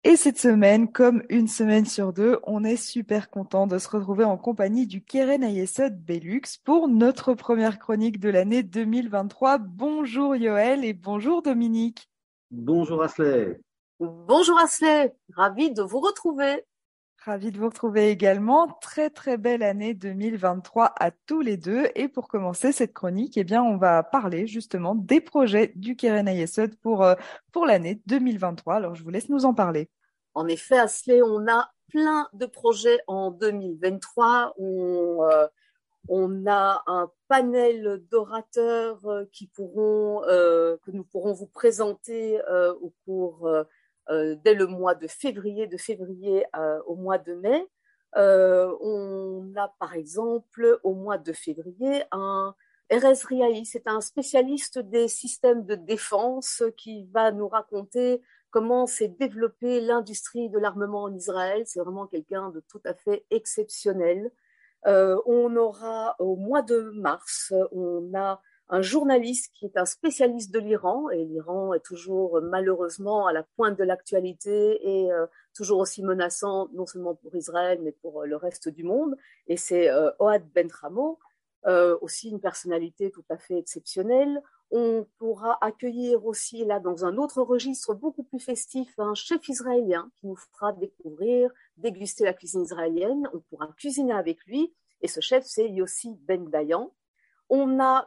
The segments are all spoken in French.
Et cette semaine, comme une semaine sur deux, on est super content de se retrouver en compagnie du Keren Ayesod Belux pour notre première chronique de l'année 2023. Bonjour Yoël et bonjour Dominique. Bonjour Asley. Bonjour Asley, ravi de vous retrouver. Ravi de vous retrouver également. Très très belle année 2023 à tous les deux. Et pour commencer cette chronique, eh bien, on va parler justement des projets du Keren Ayesod pour l'année 2023. Alors je vous laisse nous en parler. En effet, Asley, on a plein de projets en 2023. On a un panel d'orateurs que nous pourrons vous présenter au cours dès le mois de février au mois de mai. On a par exemple au mois de février un Erez Riahi, c'est un spécialiste des systèmes de défense qui va nous raconter comment s'est développée l'industrie de l'armement en Israël. C'est vraiment quelqu'un de tout à fait exceptionnel. On aura au mois de mars, on a un journaliste qui est un spécialiste de l'Iran, et l'Iran est toujours malheureusement à la pointe de l'actualité et toujours aussi menaçant, non seulement pour Israël, mais pour le reste du monde. Et c'est Ohad Benramo, aussi une personnalité tout à fait exceptionnelle. On pourra accueillir aussi, là, dans un autre registre beaucoup plus festif, un chef israélien qui nous fera découvrir, déguster la cuisine israélienne. On pourra cuisiner avec lui. Et ce chef, c'est Yossi Ben Dayan. On a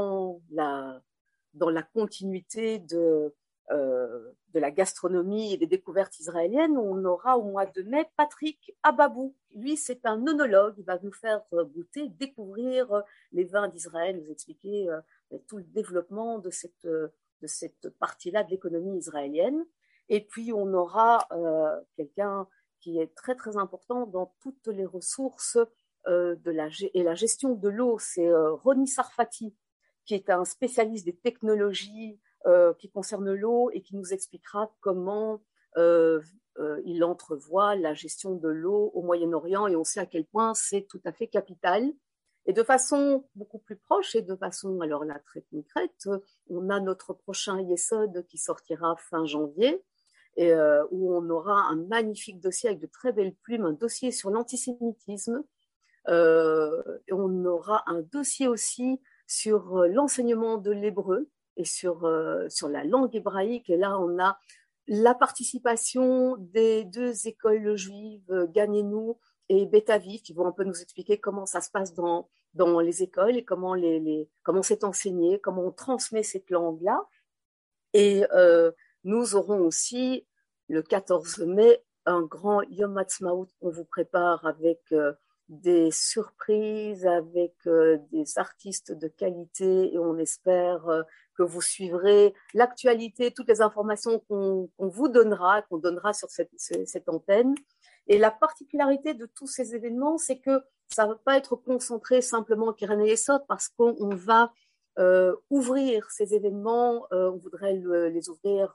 dans la continuité de la gastronomie et des découvertes israéliennes, on aura au mois de mai Patrick Ababou. Lui, c'est un œnologue. Il va nous faire goûter, découvrir les vins d'Israël, nous expliquer tout le développement de cette partie-là de l'économie israélienne. Et puis, on aura quelqu'un qui est très, très important dans toutes les ressources et la gestion de l'eau. C'est Roni Sarfati, qui est un spécialiste des technologies qui concernent l'eau et qui nous expliquera comment il entrevoit la gestion de l'eau au Moyen-Orient, et on sait à quel point c'est tout à fait capital. Et de façon beaucoup plus proche et de façon, alors là, très concrète, on a notre prochain Yesod qui sortira fin janvier, et où on aura un magnifique dossier avec de très belles plumes, un dossier sur l'antisémitisme. On aura un dossier aussi sur l'enseignement de l'hébreu et sur la langue hébraïque. Et là, on a la participation des deux écoles juives, Ganenou et Beth Aviv, qui vont un peu nous expliquer comment ça se passe dans les écoles et comment c'est enseigné, comment on transmet cette langue-là. Et nous aurons aussi, le 14 mai, un grand Yom Ha'atzmaut qu'on vous prépare avec des surprises, avec des artistes de qualité, et on espère que vous suivrez l'actualité, toutes les informations qu'on vous donnera, qu'on donnera sur cette antenne. Et la particularité de tous ces événements, c'est que ça ne va pas être concentré simplement au Keren Ayesod, parce qu'on va ouvrir ces événements, on voudrait les ouvrir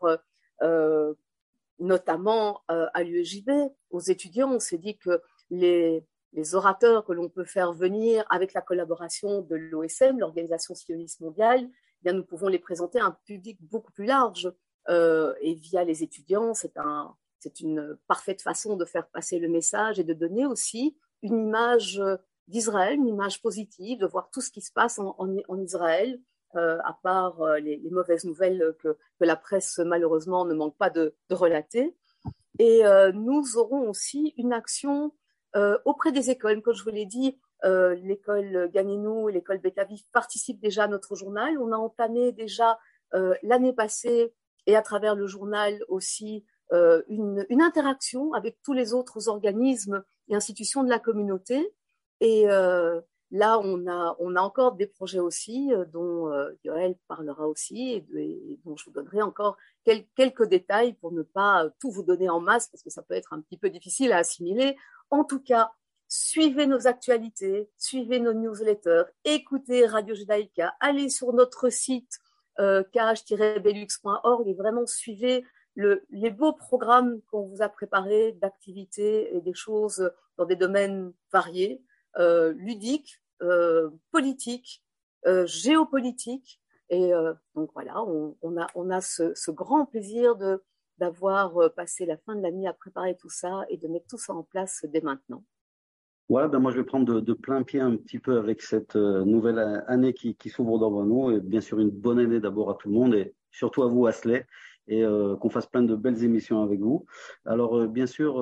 notamment à l'UEJB, aux étudiants. On s'est dit que les orateurs que l'on peut faire venir avec la collaboration de l'OSM, l'Organisation sioniste mondiale, eh bien, nous pouvons les présenter à un public beaucoup plus large. Et via les étudiants, c'est une parfaite façon de faire passer le message et de donner aussi une image d'Israël, une image positive, de voir tout ce qui se passe en Israël, à part les mauvaises nouvelles que la presse malheureusement ne manque pas de relater. Et nous aurons aussi une action auprès des écoles. Comme je vous l'ai dit, l'école Ganenou et l'école Beth Aviv participent déjà à notre journal. On a entamé déjà l'année passée, et à travers le journal aussi, une interaction avec tous les autres organismes et institutions de la communauté. Et là, on a encore des projets aussi dont Yoël parlera aussi, et dont je vous donnerai encore quelques détails pour ne pas tout vous donner en masse, parce que ça peut être un petit peu difficile à assimiler. En tout cas, suivez nos actualités, suivez nos newsletters, écoutez Radio Judaïka, allez sur notre site kh-belux.org et vraiment suivez les beaux programmes qu'on vous a préparés d'activités et des choses dans des domaines variés, ludiques, politiques, géopolitiques. Et donc voilà, on a ce grand plaisir d'avoir passé la fin de l'année à préparer tout ça et de mettre tout ça en place dès maintenant. Voilà, ben moi je vais prendre de plein pied un petit peu avec cette nouvelle année qui s'ouvre devant nous. Et bien sûr, une bonne année d'abord à tout le monde et surtout à vous, Asley, et qu'on fasse plein de belles émissions avec vous. Alors, bien sûr,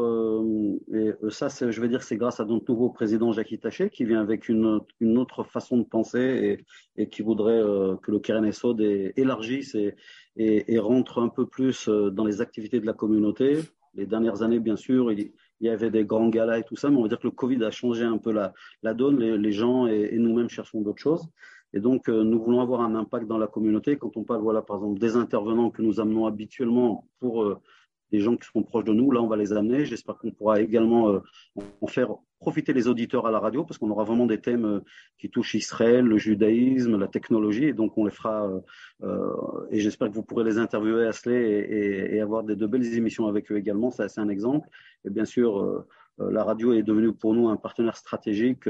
ça, je vais dire, c'est grâce à notre nouveau président Jackie Taché qui vient avec une autre façon de penser et qui voudrait que le Keren Esod élargisse et rentre un peu plus dans les activités de la communauté. Les dernières années, bien sûr, il y avait des grands galas et tout ça, mais on va dire que le Covid a changé un peu la donne. Les gens et nous-mêmes cherchons d'autres choses. Et donc, nous voulons avoir un impact dans la communauté. Quand on parle, voilà, par exemple, des intervenants que nous amenons habituellement pour des gens qui sont proches de nous, là, on va les amener. J'espère qu'on pourra également en faire profiter les auditeurs à la radio, parce qu'on aura vraiment des thèmes qui touchent Israël, le judaïsme, la technologie. Et donc, on les fera, et j'espère que vous pourrez les interviewer, Asley, et avoir de belles émissions avec eux également. Ça, c'est un exemple. Et bien sûr, la radio est devenue pour nous un partenaire stratégique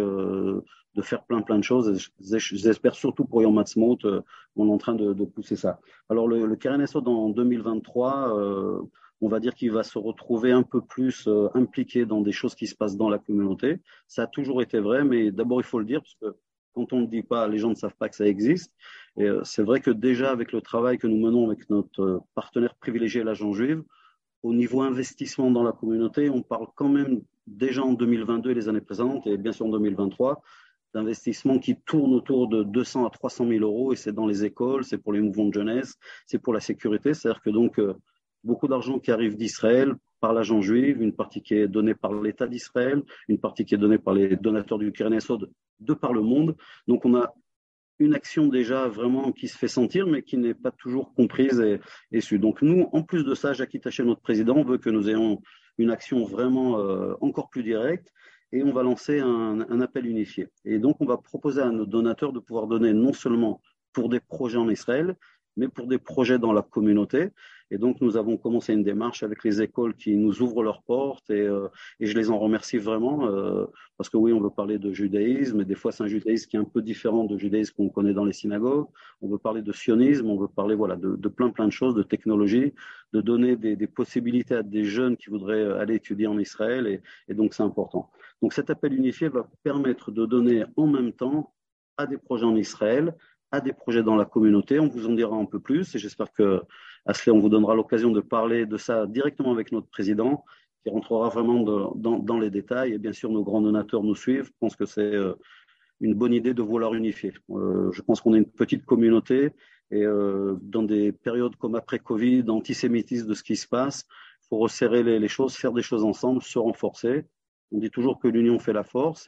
de faire plein de choses. J'espère surtout pour Yom Ha'atzmaut, on est en train de pousser ça. Alors, le Keren Esod en 2023, on va dire qu'il va se retrouver un peu plus impliqué dans des choses qui se passent dans la communauté. Ça a toujours été vrai, mais d'abord, il faut le dire, parce que quand on ne le dit pas, les gens ne savent pas que ça existe. Et c'est vrai que déjà, avec le travail que nous menons avec notre partenaire privilégié, l'Agence juive, au niveau investissement dans la communauté, on parle quand même déjà en 2022 et les années présentes, et bien sûr en 2023, d'investissements qui tournent autour de 200 à 300 000 euros, et c'est dans les écoles, c'est pour les mouvements de jeunesse, c'est pour la sécurité. C'est-à-dire que donc, beaucoup d'argent qui arrive d'Israël par l'agent juive, une partie qui est donnée par l'État d'Israël, une partie qui est donnée par les donateurs du Keren Esod de par le monde. Donc on a une action déjà vraiment qui se fait sentir, mais qui n'est pas toujours comprise et su. Donc nous, en plus de ça, Jackie Taché, notre président, veut que nous ayons une action vraiment encore plus directe, et on va lancer un appel unifié. Et donc on va proposer à nos donateurs de pouvoir donner non seulement pour des projets en Israël, mais pour des projets dans la communauté. Et donc, nous avons commencé une démarche avec les écoles qui nous ouvrent leurs portes, et je les en remercie vraiment, parce que oui, on veut parler de judaïsme, et des fois, c'est un judaïsme qui est un peu différent du judaïsme qu'on connaît dans les synagogues. On veut parler de sionisme, on veut parler voilà, de plein de choses, de technologie, de donner des possibilités à des jeunes qui voudraient aller étudier en Israël, et donc c'est important. Donc, cet appel unifié va permettre de donner en même temps à des projets en Israël, à des projets dans la communauté. On vous en dira un peu plus, et j'espère que Asley, on vous donnera l'occasion de parler de ça directement avec notre président, qui rentrera vraiment dans les détails. Et bien sûr, nos grands donateurs nous suivent. Je pense que c'est une bonne idée de vouloir unifier. Je pense qu'on est une petite communauté, et dans des périodes comme après Covid, d'antisémitisme, de ce qui se passe, il faut resserrer les choses, faire des choses ensemble, se renforcer. On dit toujours que l'union fait la force,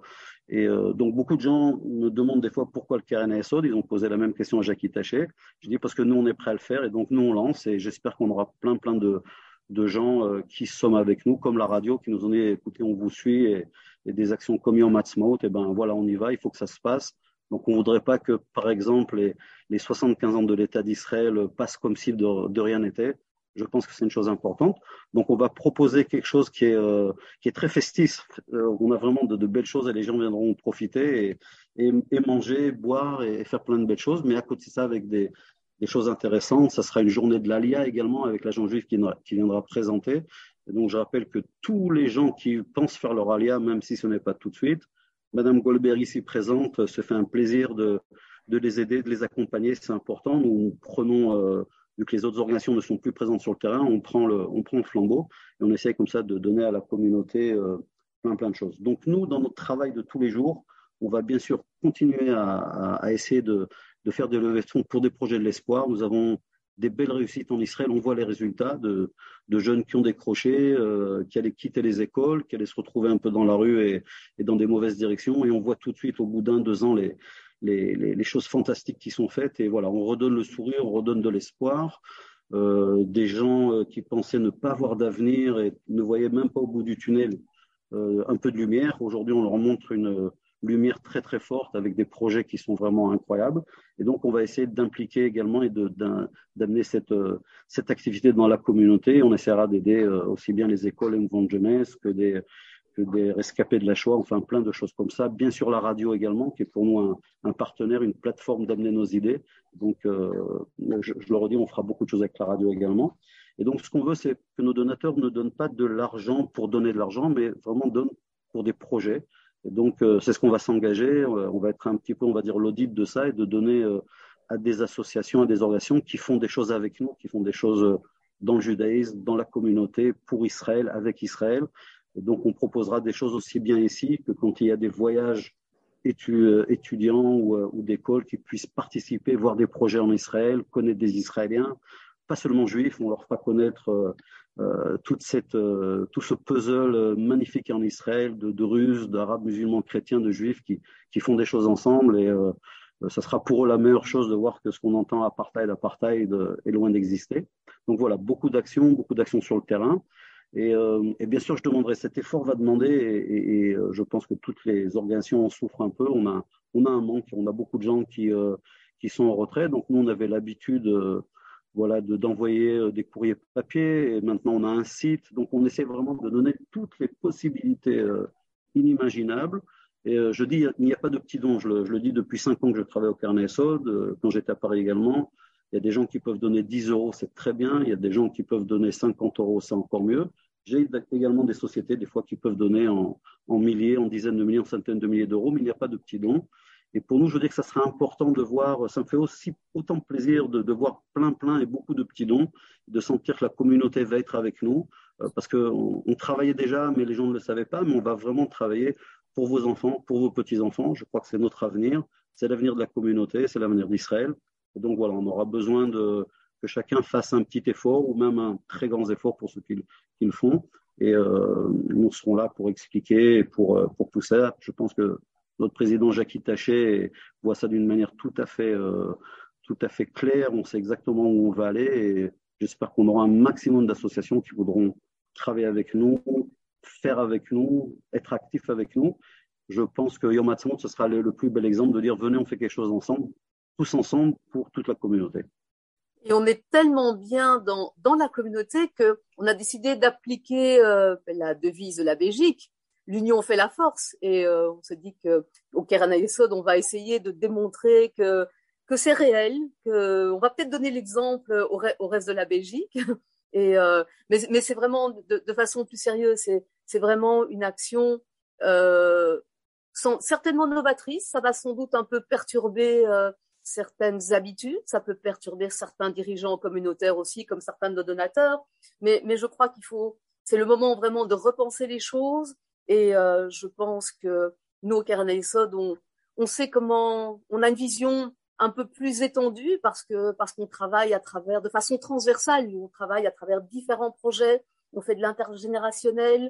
et donc beaucoup de gens me demandent des fois pourquoi le Keren Esod. Ils ont posé la même question à Jackie Taché. Je dis parce que nous on est prêt à le faire, et donc nous on lance, et j'espère qu'on aura plein de gens qui sont avec nous, comme la radio, qui nous ont dit écoutez, on vous suit, et des actions comme Yom Ha'atzmaut, et ben voilà, on y va, il faut que ça se passe. Donc on voudrait pas que par exemple les 75 ans de l'État d'Israël passent comme si de rien n'était. Je pense que c'est une chose importante. Donc, on va proposer quelque chose qui est très festif. On a vraiment de belles choses, et les gens viendront profiter et manger, boire et faire plein de belles choses. Mais à côté de ça, avec des choses intéressantes, ça sera une journée de l'Alia également, avec l'agent juif qui viendra présenter. Et donc, je rappelle que tous les gens qui pensent faire leur Alia, même si ce n'est pas tout de suite, Madame Goldberg ici présente se fait un plaisir de les aider, de les accompagner. C'est important. Nous prenons vu que les autres organisations ne sont plus présentes sur le terrain, on prend le flambeau, et on essaie comme ça de donner à la communauté plein de choses. Donc nous, dans notre travail de tous les jours, on va bien sûr continuer à essayer de faire des levées de fonds pour des projets de l'espoir. Nous avons des belles réussites en Israël. On voit les résultats de jeunes qui ont décroché, qui allaient quitter les écoles, qui allaient se retrouver un peu dans la rue et dans des mauvaises directions. Et on voit tout de suite, au bout d'1-2 ans, les choses fantastiques qui sont faites. Et voilà, on redonne le sourire, on redonne de l'espoir. Des gens qui pensaient ne pas avoir d'avenir et ne voyaient même pas au bout du tunnel un peu de lumière. Aujourd'hui, on leur montre une lumière très très forte avec des projets qui sont vraiment incroyables. Et donc, on va essayer d'impliquer également et d'amener cette activité dans la communauté. On essaiera d'aider aussi bien les écoles et mouvements de jeunesse que des rescapés de la Shoah, enfin plein de choses comme ça. Bien sûr, la radio également, qui est pour nous un partenaire, une plateforme d'amener nos idées. Donc, je le redis, on fera beaucoup de choses avec la radio également. Et donc, ce qu'on veut, c'est que nos donateurs ne donnent pas de l'argent pour donner de l'argent, mais vraiment donnent pour des projets. Et donc, c'est ce qu'on va s'engager. On va être un petit peu, on va dire, l'audit de ça et de donner à des associations, à des organisations qui font des choses avec nous, qui font des choses dans le judaïsme, dans la communauté, pour Israël, avec Israël. Et donc, on proposera des choses aussi bien ici que quand il y a des voyages étudiants ou d'écoles qui puissent participer, voir des projets en Israël, connaître des Israéliens, pas seulement juifs, on leur fera connaître tout ce puzzle magnifique en Israël de Russes, d'Arabes, musulmans, chrétiens, de Juifs qui font des choses ensemble et ça sera pour eux la meilleure chose de voir que ce qu'on entend apartheid est loin d'exister. Donc voilà, beaucoup d'actions sur le terrain. Et bien sûr, je demanderai, cet effort va demander, et je pense que toutes les organisations en souffrent un peu. On a un manque, on a beaucoup de gens qui sont en retrait. Donc nous, on avait l'habitude d'envoyer des courriers papier, et maintenant on a un site. Donc on essaie vraiment de donner toutes les possibilités inimaginables. Et je dis, il n'y a pas de petits dons. Je le dis depuis 5 ans que je travaille au Keren Hayesod, quand j'étais à Paris également. Il y a des gens qui peuvent donner 10 euros, c'est très bien. Il y a des gens qui peuvent donner 50 euros, c'est encore mieux. J'ai également des sociétés, des fois, qui peuvent donner en milliers, en dizaines de milliers, en centaines de milliers d'euros, mais il n'y a pas de petits dons. Et pour nous, je dis que ça serait important de voir, ça me fait aussi autant plaisir de voir plein et beaucoup de petits dons, de sentir que la communauté va être avec nous, parce qu'on travaillait déjà, mais les gens ne le savaient pas, mais on va vraiment travailler pour vos enfants, pour vos petits-enfants. Je crois que c'est notre avenir, c'est l'avenir de la communauté, c'est l'avenir d'Israël. Et donc voilà, on aura besoin que chacun fasse un petit effort ou même un très grand effort pour ceux qui le font. Et nous serons là pour expliquer et pour tout ça. Je pense que notre président Jackie Taché voit ça d'une manière tout à fait claire. On sait exactement où on va aller et j'espère qu'on aura un maximum d'associations qui voudront travailler avec nous, faire avec nous, être actifs avec nous. Je pense que Yom Ha'atzmaut, ce sera le plus bel exemple de dire venez, on fait quelque chose ensemble, tous ensemble pour toute la communauté. Et on est tellement bien dans la communauté qu'on a décidé d'appliquer la devise de la Belgique. L'union fait la force. Et on se dit qu'au Keren Hayesod, on va essayer de démontrer que c'est réel, qu'on va peut-être donner l'exemple au reste de la Belgique. Mais c'est vraiment, de façon plus sérieuse, c'est vraiment une action certainement novatrice. Ça va sans doute un peu perturber certaines habitudes, ça peut perturber certains dirigeants communautaires aussi, comme certains de nos donateurs, mais je crois c'est le moment vraiment de repenser les choses, et je pense que nous, au Keren Hayesod, on sait comment, on a une vision un peu plus étendue parce qu'on travaille de façon transversale, on travaille à travers différents projets, on fait de l'intergénérationnel,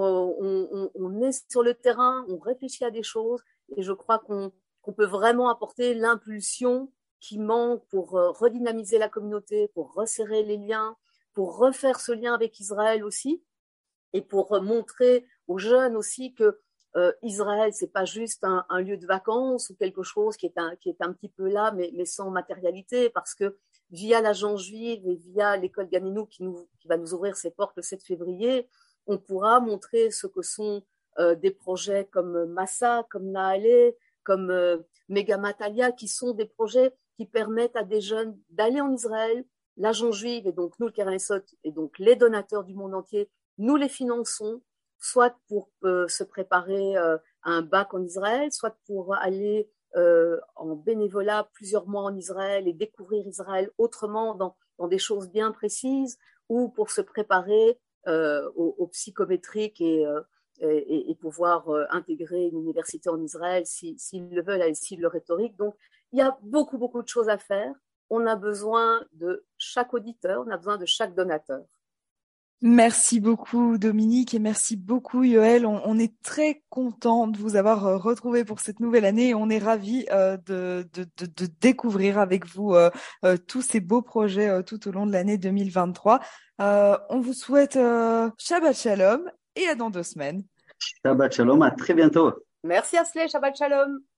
on est sur le terrain, on réfléchit à des choses, et je crois qu'on peut vraiment apporter l'impulsion qui manque pour redynamiser la communauté, pour resserrer les liens, pour refaire ce lien avec Israël aussi, et pour montrer aux jeunes aussi que Israël, c'est pas juste un lieu de vacances ou quelque chose qui est un petit peu là, mais sans matérialité, parce que via l'agence juive et via l'école Ganinou qui va nous ouvrir ses portes le 7 février, on pourra montrer ce que sont des projets comme Massa, comme Nahalé, comme Megamatalia, qui sont des projets qui permettent à des jeunes d'aller en Israël. L'agence juive, et donc nous, le Keren Hayesod, et donc les donateurs du monde entier, nous les finançons, soit pour se préparer à un bac en Israël, soit pour aller en bénévolat plusieurs mois en Israël et découvrir Israël autrement dans des choses bien précises, ou pour se préparer au psychométrique et pouvoir intégrer une université en Israël s'ils le veulent, s'ils le rhétorique. Donc, il y a beaucoup de choses à faire. On a besoin de chaque auditeur, on a besoin de chaque donateur. Merci beaucoup Dominique et merci beaucoup Yoël. On est très content de vous avoir retrouvé pour cette nouvelle année et on est ravis de découvrir avec vous tous ces beaux projets tout au long de l'année 2023. On vous souhaite Shabbat Shalom et à dans 2 semaines. Shabbat Shalom, à très bientôt. Merci Asley, Shabbat Shalom.